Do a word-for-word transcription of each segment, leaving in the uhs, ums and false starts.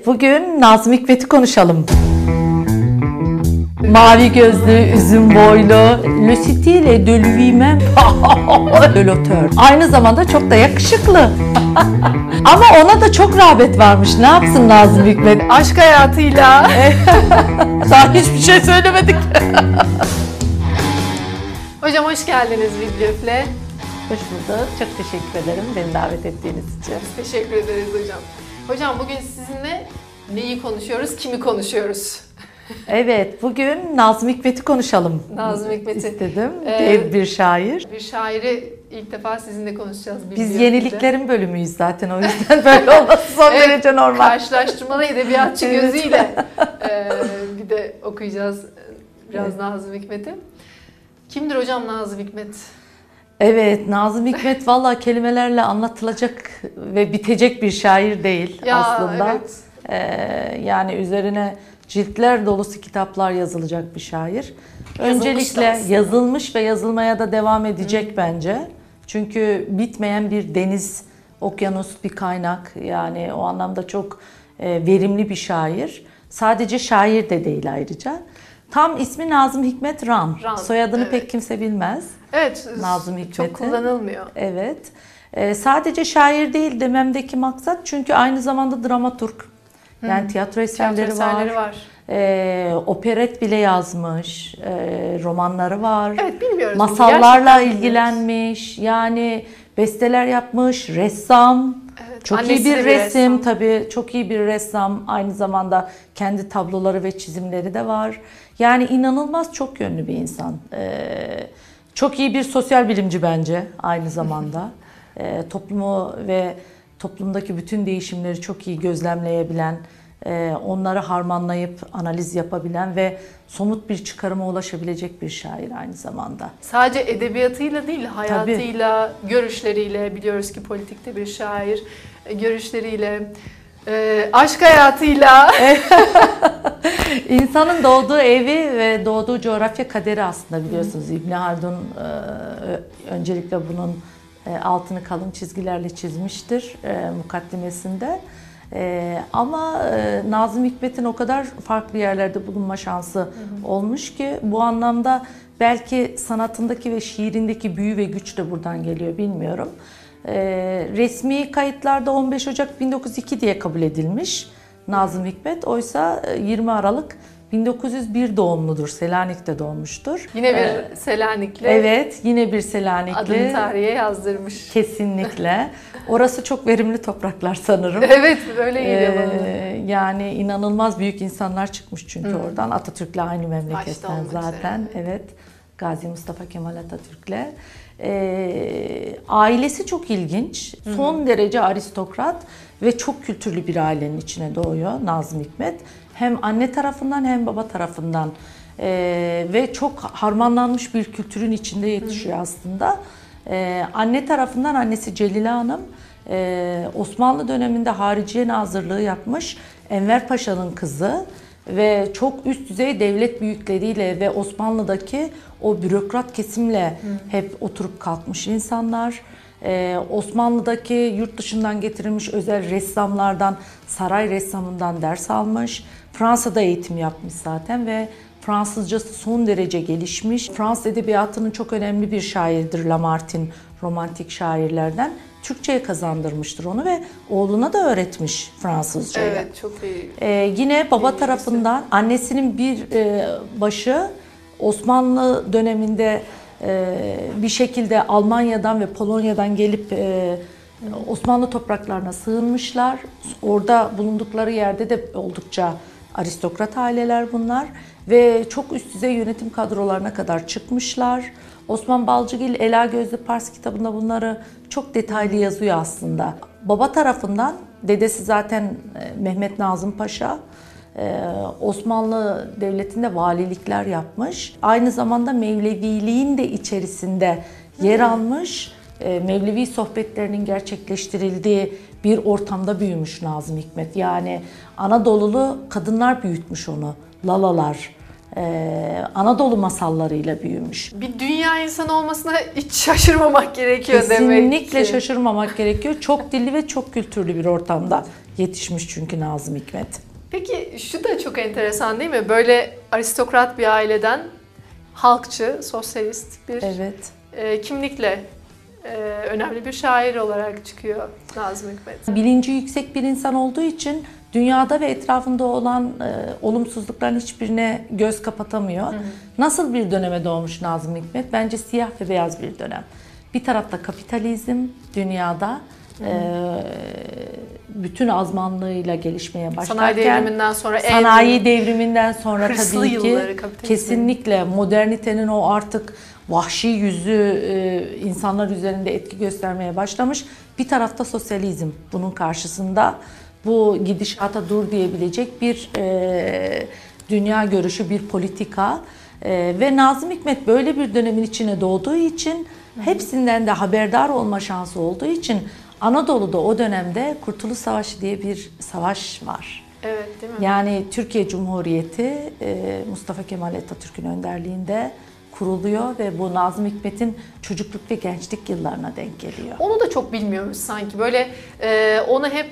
Bugün Nazım Hikmet'i konuşalım. Mavi gözlü, üzüm boylu, le style de lui-même de l'auteur. Aynı zamanda çok da yakışıklı. Ama ona da çok rağbet varmış. Ne yapsın Nazım Hikmet? Aşk hayatıyla. Daha hiçbir şey söylemedik. Hocam hoş geldiniz Videof'le. Hoş bulduk. Çok teşekkür ederim beni davet ettiğiniz için. Biz teşekkür ederiz hocam. Hocam bugün sizinle neyi konuşuyoruz, kimi konuşuyoruz? Evet, bugün Nazım Hikmet'i konuşalım. Nazım Hikmet'i. İstedim. Ee, Dev bir şair. Bir şairi ilk defa sizinle konuşacağız. Biz Videof'le. yeniliklerin bölümüyüz zaten, o yüzden böyle olması son Evet, derece normal. Karşılaştırmalı edebiyatçı Evet. gözüyle e, bir de okuyacağız biraz evet. Nazım Hikmet'i. Kimdir hocam Nazım Hikmet? Evet, Nazım Hikmet vallahi kelimelerle anlatılacak ve bitecek bir şair değil Ya, aslında. Evet. Ee, yani üzerine ciltler dolusu kitaplar yazılacak bir şair. Öncelikle yazılmış ve yazılmaya da devam edecek Hı. bence. Çünkü bitmeyen bir deniz, okyanus, bir kaynak. Yani o anlamda çok e, verimli bir şair. Sadece şair de değil ayrıca. Tam ismi Nazım Hikmet Ran. Ran Soyadını evet. pek kimse bilmez. Evet, Nazım Hikmet'i. çok kullanılmıyor. Evet. Ee, sadece şair değil dememdeki maksat, çünkü aynı zamanda dramaturg. Yani hmm. tiyatro eserleri, tiyatro eserleri var. var. Ee, operet bile yazmış. Ee, romanları var. Evet, bilmiyoruz. Masallarla ilgilenmiş. Yani besteler yapmış. Ressam. Evet, çok iyi bir, bir resim. Ressam. Tabii çok iyi bir ressam. Aynı zamanda kendi tabloları ve çizimleri de var. Yani inanılmaz çok yönlü bir insan. Ee, çok iyi bir sosyal bilimci bence aynı zamanda. ee, toplumu ve toplumdaki bütün değişimleri çok iyi gözlemleyebilen, e, onları harmanlayıp analiz yapabilen ve somut bir çıkarıma ulaşabilecek bir şair aynı zamanda. Sadece edebiyatıyla değil, hayatıyla, Tabii. görüşleriyle, biliyoruz ki politikte bir şair, görüşleriyle, e, aşk hayatıyla. İnsanın doğduğu evi ve doğduğu coğrafya kaderi aslında, biliyorsunuz. İbn Haldun e, öncelikle bunun e, altını kalın çizgilerle çizmiştir e, mukaddimesinde. E, ama e, Nazım Hikmet'in o kadar farklı yerlerde bulunma şansı hı hı. olmuş ki, bu anlamda belki sanatındaki ve şiirindeki büyü ve güç de buradan geliyor, bilmiyorum. E, resmi kayıtlarda on beş Ocak bin dokuz yüz iki diye kabul edilmiş Nazım Hikmet. Oysa yirmi Aralık bin dokuz yüz bir doğumludur. Selanik'te doğmuştur. Yine bir ee, Selanikli. Evet, yine bir Selanikli. Adını tarihe yazdırmış. Kesinlikle. Orası çok verimli topraklar sanırım. Evet, öyle geliyor bana. Ee, yani inanılmaz büyük insanlar çıkmış çünkü hmm. oradan. Atatürk'le aynı memleketten zaten. Üzere. Evet. Gazi Mustafa Kemal Atatürk'le. Ee, ailesi çok ilginç. Hmm. Son derece aristokrat ve çok kültürlü bir ailenin içine doğuyor Nazım Hikmet. Hem anne tarafından hem baba tarafından ee, ve çok harmanlanmış bir kültürün içinde yetişiyor aslında. Ee, anne tarafından annesi Celile Hanım ee, Osmanlı döneminde Hariciye Nazırlığı yapmış Enver Paşa'nın kızı ve çok üst düzey devlet büyükleriyle ve Osmanlı'daki o bürokrat kesimle Hı. hep oturup kalkmış insanlar. Ee, Osmanlı'daki yurt dışından getirilmiş özel ressamlardan, saray ressamından ders almış. Fransa'da eğitim yapmış zaten ve Fransızcası son derece gelişmiş. Fransız edebiyatının çok önemli bir şairidir Lamartine, romantik şairlerden. Türkçe'ye kazandırmıştır onu ve oğluna da öğretmiş Fransızcayı. Evet, çok iyi. Ee, yine baba tarafından annesinin bir e, başı Osmanlı döneminde e, bir şekilde Almanya'dan ve Polonya'dan gelip e, Osmanlı topraklarına sığınmışlar. Orada bulundukları yerde de oldukça aristokrat aileler bunlar ve çok üst düzey yönetim kadrolarına kadar çıkmışlar. Osman Balcıgil Ela Gözlü Pars kitabında bunları çok detaylı yazıyor aslında. Baba tarafından dedesi zaten Mehmet Nazım Paşa, Osmanlı Devleti'nde valilikler yapmış. Aynı zamanda Mevleviliğin de içerisinde yer almış. Mevlevi sohbetlerinin gerçekleştirildiği bir ortamda büyümüş Nazım Hikmet. Yani Anadolulu kadınlar büyütmüş onu. Lalalar. Ee, Anadolu masallarıyla büyümüş. Bir dünya dünya insanı olmasına hiç şaşırmamak gerekiyor Kesinlikle demek ki. Kesinlikle şaşırmamak gerekiyor. Çok dilli ve çok kültürlü bir ortamda yetişmiş çünkü Nazım Hikmet. Peki şu da çok enteresan değil mi? Böyle aristokrat bir aileden halkçı, sosyalist bir evet. e, kimlikle e, önemli bir şair olarak çıkıyor Nazım Hikmet. Bilinci yüksek bir insan olduğu için dünyada ve etrafında olan e, olumsuzlukların hiçbirine göz kapatamıyor. Hı hı. Nasıl bir döneme doğmuş Nazım Hikmet? Bence siyah ve beyaz bir dönem. Bir tarafta kapitalizm dünyada e, bütün azmanlığıyla gelişmeye başlarken, sanayi devriminden sonra sanayi en devriminden sonra hırslı tabii ki yılları, kesinlikle modernitenin o artık vahşi yüzü e, insanlar üzerinde etki göstermeye başlamış. Bir tarafta sosyalizm bunun karşısında. Bu gidişata dur diyebilecek bir e, dünya görüşü, bir politika e, ve Nazım Hikmet böyle bir dönemin içine doğduğu için, hepsinden de haberdar olma şansı olduğu için Anadolu'da o dönemde Kurtuluş Savaşı diye bir savaş var. Evet, değil mi? Yani Türkiye Cumhuriyeti e, Mustafa Kemal Atatürk'ün önderliğinde kuruluyor ve bu Nazım Hikmet'in çocukluk ve gençlik yıllarına denk geliyor. Onu da çok bilmiyoruz sanki. Böyle e, onu hep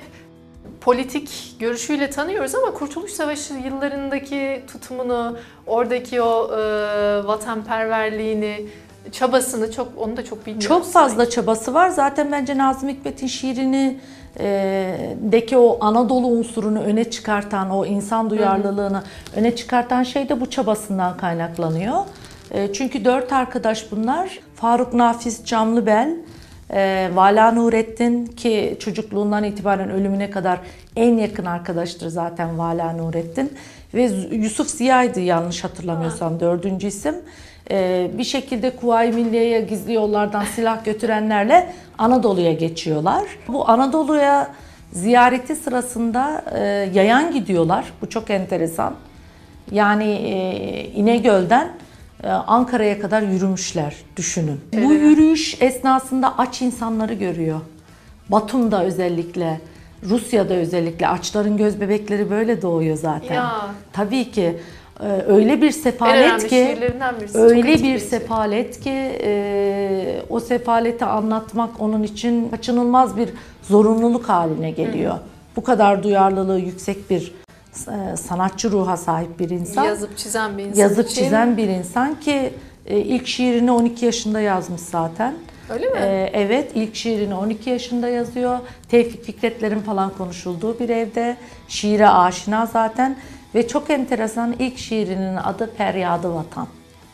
politik görüşüyle tanıyoruz ama Kurtuluş Savaşı yıllarındaki tutumunu, oradaki o e, vatanperverliğini, çabasını çok onu da çok bilmiyoruz. Çok fazla sanki. çabası var. Zaten bence Nazım Hikmet'in şiirini e, deki o Anadolu unsurunu öne çıkartan, o insan duyarlılığını Hı. öne çıkartan şey de bu çabasından kaynaklanıyor. E, çünkü dört arkadaş bunlar. Faruk Nafiz Camlıbel, E, Vala Nurettin ki çocukluğundan itibaren ölümüne kadar en yakın arkadaştır zaten Vala Nurettin ve Yusuf Ziya'ydı yanlış hatırlamıyorsam ha. dördüncü isim. E, bir şekilde Kuvayi Milliye'ye gizli yollardan silah götürenlerle Anadolu'ya geçiyorlar. Bu Anadolu'ya ziyareti sırasında e, yayan gidiyorlar. Bu çok enteresan. Yani e, İnegöl'den Ankara'ya kadar yürümüşler, düşünün. Evet. Bu yürüyüş esnasında aç insanları görüyor. Batum'da özellikle, Rusya'da özellikle açların göz bebekleri böyle doğuyor zaten. Ya. Tabii ki öyle bir sefalet ki, öyle bir sefalet ki e, o sefaleti anlatmak onun için kaçınılmaz bir zorunluluk haline geliyor. Hı. Bu kadar duyarlılığı yüksek bir sanatçı ruha sahip bir insan. Yazıp çizen bir insan Yazıp için. çizen bir insan ki e, ilk şiirini on iki yaşında yazmış zaten. Öyle mi? E, evet, ilk şiirini on iki yaşında yazıyor. Tevfik Fikretler'in falan konuşulduğu bir evde. Şiire aşina zaten ve çok enteresan, ilk şiirinin adı Feryadı Vatan.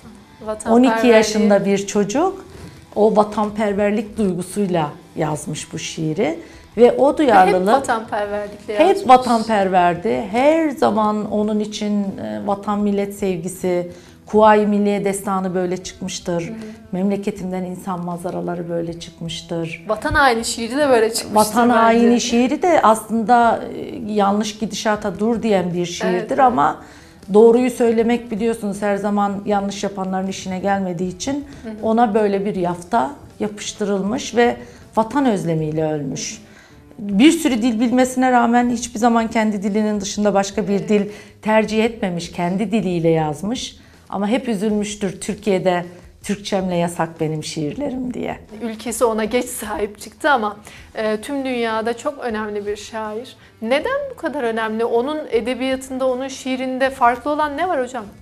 on iki yaşında bir çocuk o vatanperverlik duygusuyla yazmış bu şiiri. Ve o duyarlılık hep vatanperverlikle yazmış. Hep vatanperverdi. Her zaman onun için vatan millet sevgisi, Kuvayi Milliye destanı böyle çıkmıştır. Hı hı. Memleketimden insan manzaraları böyle çıkmıştır. Vatan haini şiiri de böyle çıkmıştır. Vatan haini şiiri de aslında yanlış gidişata dur diyen bir şiirdir evet, ama evet. doğruyu söylemek biliyorsunuz her zaman yanlış yapanların işine gelmediği için hı hı. ona böyle bir yafta yapıştırılmış ve vatan özlemiyle ölmüş. Hı hı. Bir sürü dil bilmesine rağmen hiçbir zaman kendi dilinin dışında başka bir dil tercih etmemiş. Kendi diliyle yazmış. Ama hep üzülmüştür Türkiye'de Türkçemle yasak benim şiirlerim diye. Ülkesi ona geç sahip çıktı ama e, tüm dünyada çok önemli bir şair. Neden bu kadar önemli? Onun edebiyatında, onun şiirinde farklı olan ne var hocam?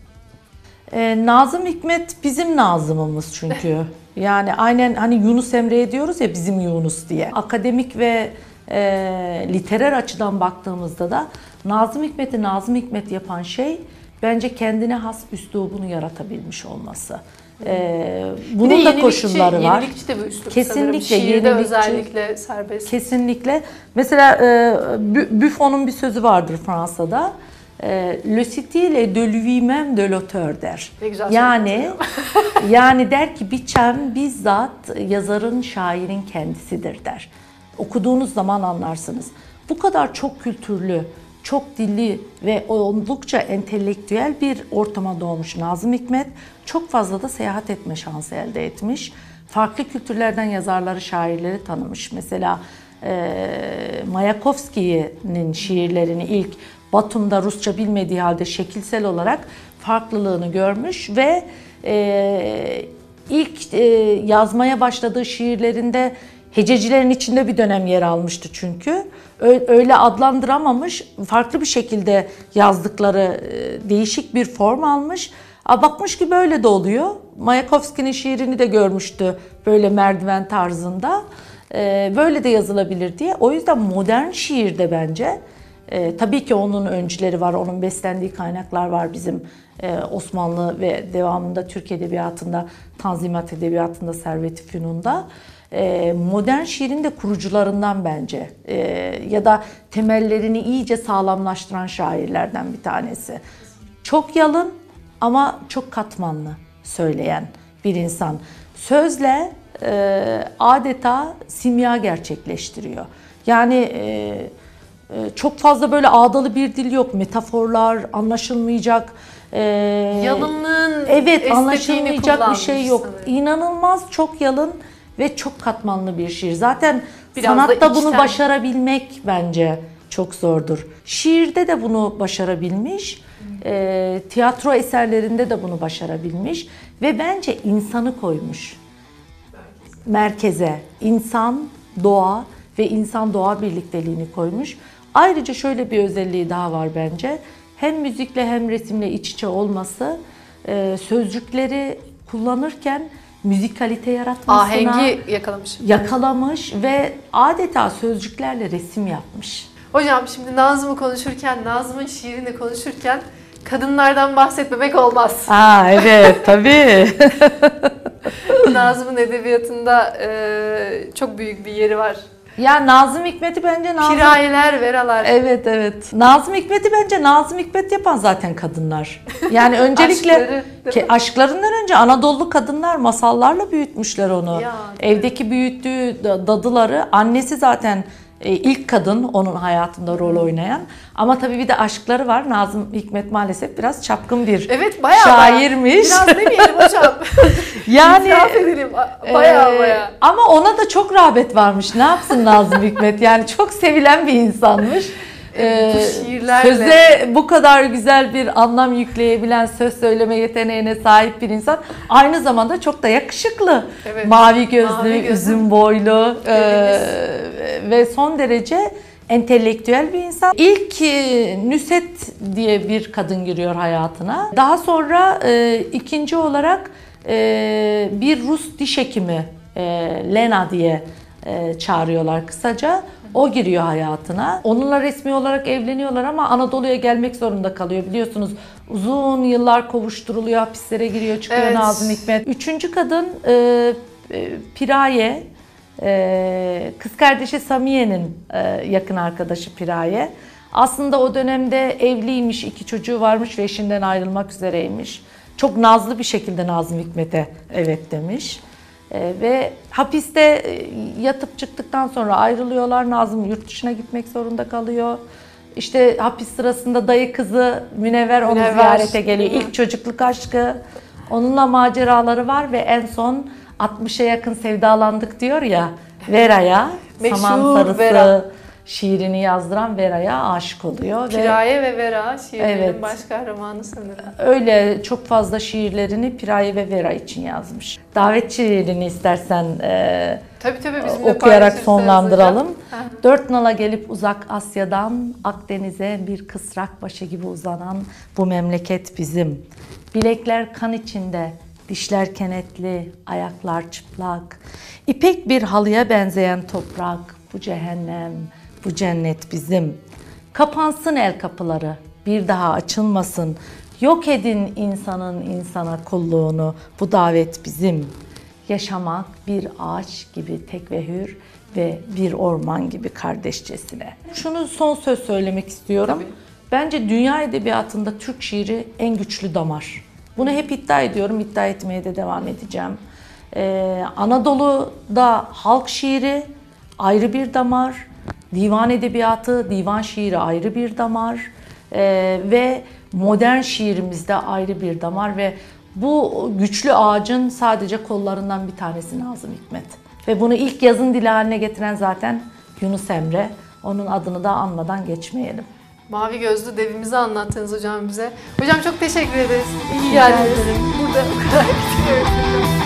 Ee, Nazım Hikmet bizim Nazım'ımız çünkü. Yani aynen hani Yunus Emre'ye diyoruz ya bizim Yunus diye. Akademik ve e, literer açıdan baktığımızda da Nazım Hikmet'i Nazım Hikmet yapan şey bence kendine has üslubunu yaratabilmiş olması. Ee, bunun da koşulları var. Yenilikçi de bu üslup kesinlikle sanırım. Şiirde yenilikçi, özellikle serbest. Kesinlikle. Mesela e, Buffon'un bir sözü vardır Fransa'da. E, Le style est de lui-même de l'auteur der. Ne güzel yani yani der ki biçem bizzat yazarın, şairin kendisidir der. Okuduğunuz zaman anlarsınız. Bu kadar çok kültürlü, çok dilli ve oldukça entelektüel bir ortama doğmuş Nazım Hikmet. Çok fazla da seyahat etme şansı elde etmiş. Farklı kültürlerden yazarları, şairleri tanımış. Mesela e, Mayakovski'nin şiirlerini ilk Batum'da Rusça bilmediği halde şekilsel olarak farklılığını görmüş ve e, ilk e, yazmaya başladığı şiirlerinde hececilerin içinde bir dönem yer almıştı çünkü. Öyle adlandıramamış, farklı bir şekilde yazdıkları e, değişik bir form almış. A, bakmış ki böyle de oluyor. Mayakovski'nin şiirini de görmüştü böyle merdiven tarzında. E, böyle de yazılabilir diye. O yüzden modern şiirde bence, e, tabii ki onun öncüleri var, onun beslendiği kaynaklar var bizim e, Osmanlı ve devamında Türk Edebiyatı'nda, Tanzimat Edebiyatı'nda, Servet-i Fünun'da. E, modern şiirin de kurucularından bence. E, ya da temellerini iyice sağlamlaştıran şairlerden bir tanesi. Çok yalın ama çok katmanlı söyleyen bir insan. Sözle e, adeta simya gerçekleştiriyor. Yani e, e, çok fazla böyle ağdalı bir dil yok. Metaforlar, anlaşılmayacak. E, Yalınlığın evet, anlaşılmayacak bir şey yok. Sanırım. İnanılmaz çok yalın ve çok katmanlı bir şiir. Zaten Biraz sanatta bunu içten. başarabilmek bence çok zordur. Şiirde de bunu başarabilmiş. E, tiyatro eserlerinde de bunu başarabilmiş ve bence insanı koymuş merkeze. İnsan, doğa ve insan-doğa birlikteliğini koymuş. Ayrıca şöyle bir özelliği daha var bence. Hem müzikle hem resimle iç içe olması, e, sözcükleri kullanırken müzikalite yaratmasına Ahengi yakalamış. yakalamış ve adeta sözcüklerle resim yapmış. Hocam şimdi Nazım'ı konuşurken, Nazım'ın şiirini konuşurken kadınlardan bahsetmemek olmaz. Aa evet, tabii. Nazım'ın edebiyatında e, çok büyük bir yeri var. Ya Nazım Hikmet'i bence Nazım... Kirayeler, veralar. Evet evet. Nazım Hikmet'i bence Nazım Hikmet yapan zaten kadınlar. Yani öncelikle Aşkları, ki aşklarından önce Anadolu kadınlar masallarla büyütmüşler onu. Ya, Evdeki büyüttüğü dadıları, annesi zaten e, ilk kadın onun hayatında rol oynayan. Ama tabii bir de aşkları var. Nazım Hikmet maalesef biraz çapkın bir evet, bayağı şairmiş. Bayağı. Biraz demeyelim hocam. Yani İtiraf edelim. Bayağı e, bayağı. Ama ona da çok rağbet varmış. Ne yapsın Nazım Hikmet? Yani çok sevilen bir insanmış. E, bu şiirlerle. Söze bu kadar güzel bir anlam yükleyebilen, söz söyleme yeteneğine sahip bir insan. Aynı zamanda çok da yakışıklı. Evet. Mavi gözlü, Mavi gözlü. üzüm boylu e, ve son derece entelektüel bir insan. İlk e, Nüset diye bir kadın giriyor hayatına. Daha sonra e, ikinci olarak e, bir Rus diş hekimi e, Lena diye e, çağırıyorlar kısaca. O giriyor hayatına. Onunla resmi olarak evleniyorlar ama Anadolu'ya gelmek zorunda kalıyor. Biliyorsunuz uzun yıllar kovuşturuluyor, hapislere giriyor, çıkıyor Evet. Nazım Hikmet. Üçüncü kadın e, e, Piraye. Ee, kız kardeşi Samiye'nin e, yakın arkadaşı Piraye. Aslında o dönemde evliymiş, iki çocuğu varmış ve eşinden ayrılmak üzereymiş. Çok nazlı bir şekilde Nazım Hikmet'e evet demiş. Ee, ve hapiste e, yatıp çıktıktan sonra ayrılıyorlar. Nazım yurt dışına gitmek zorunda kalıyor. İşte hapis sırasında dayı kızı Münevver onu Münevver. ziyarete geliyor. İlk çocukluk aşkı. Onunla maceraları var ve en son altmışa yakın sevdalandık diyor ya, Vera'ya, Meşhur Saman Sarısı Vera. şiirini yazdıran Vera'ya aşık oluyor. Piraye ve Vera şiirlerin Evet. baş kahramanı sanırım. Öyle çok fazla şiirlerini Piraye ve Vera için yazmış. Davet şiirini istersen e, Tabii tabii bizimle okuyarak paylaşırsanız sonlandıralım. hocam. Dört nala gelip uzak Asya'dan Akdeniz'e bir kısrak başı gibi uzanan bu memleket bizim. Bilekler kan içinde, dişler kenetli, ayaklar çıplak. İpek bir halıya benzeyen toprak, bu cehennem, bu cennet bizim. Kapansın el kapıları, bir daha açılmasın. Yok edin insanın insana kulluğunu, bu davet bizim. Yaşamak bir ağaç gibi tek ve hür ve bir orman gibi kardeşçesine. Şunu son söz söylemek istiyorum. Tabii. Bence dünya edebiyatında Türk şiiri en güçlü damar. Bunu hep iddia ediyorum, iddia etmeye de devam edeceğim. Ee, Anadolu'da halk şiiri ayrı bir damar, divan edebiyatı, divan şiiri ayrı bir damar ee, ve modern şiirimizde ayrı bir damar ve bu güçlü ağacın sadece kollarından bir tanesi Nazım Hikmet. Ve bunu ilk yazın dili haline getiren zaten Yunus Emre. Onun adını da anmadan geçmeyelim. Mavi gözlü devimizi anlattınız hocam bize. Hocam çok teşekkür ederiz. İyi geldiniz. Burada bu kadar bitiriyoruz.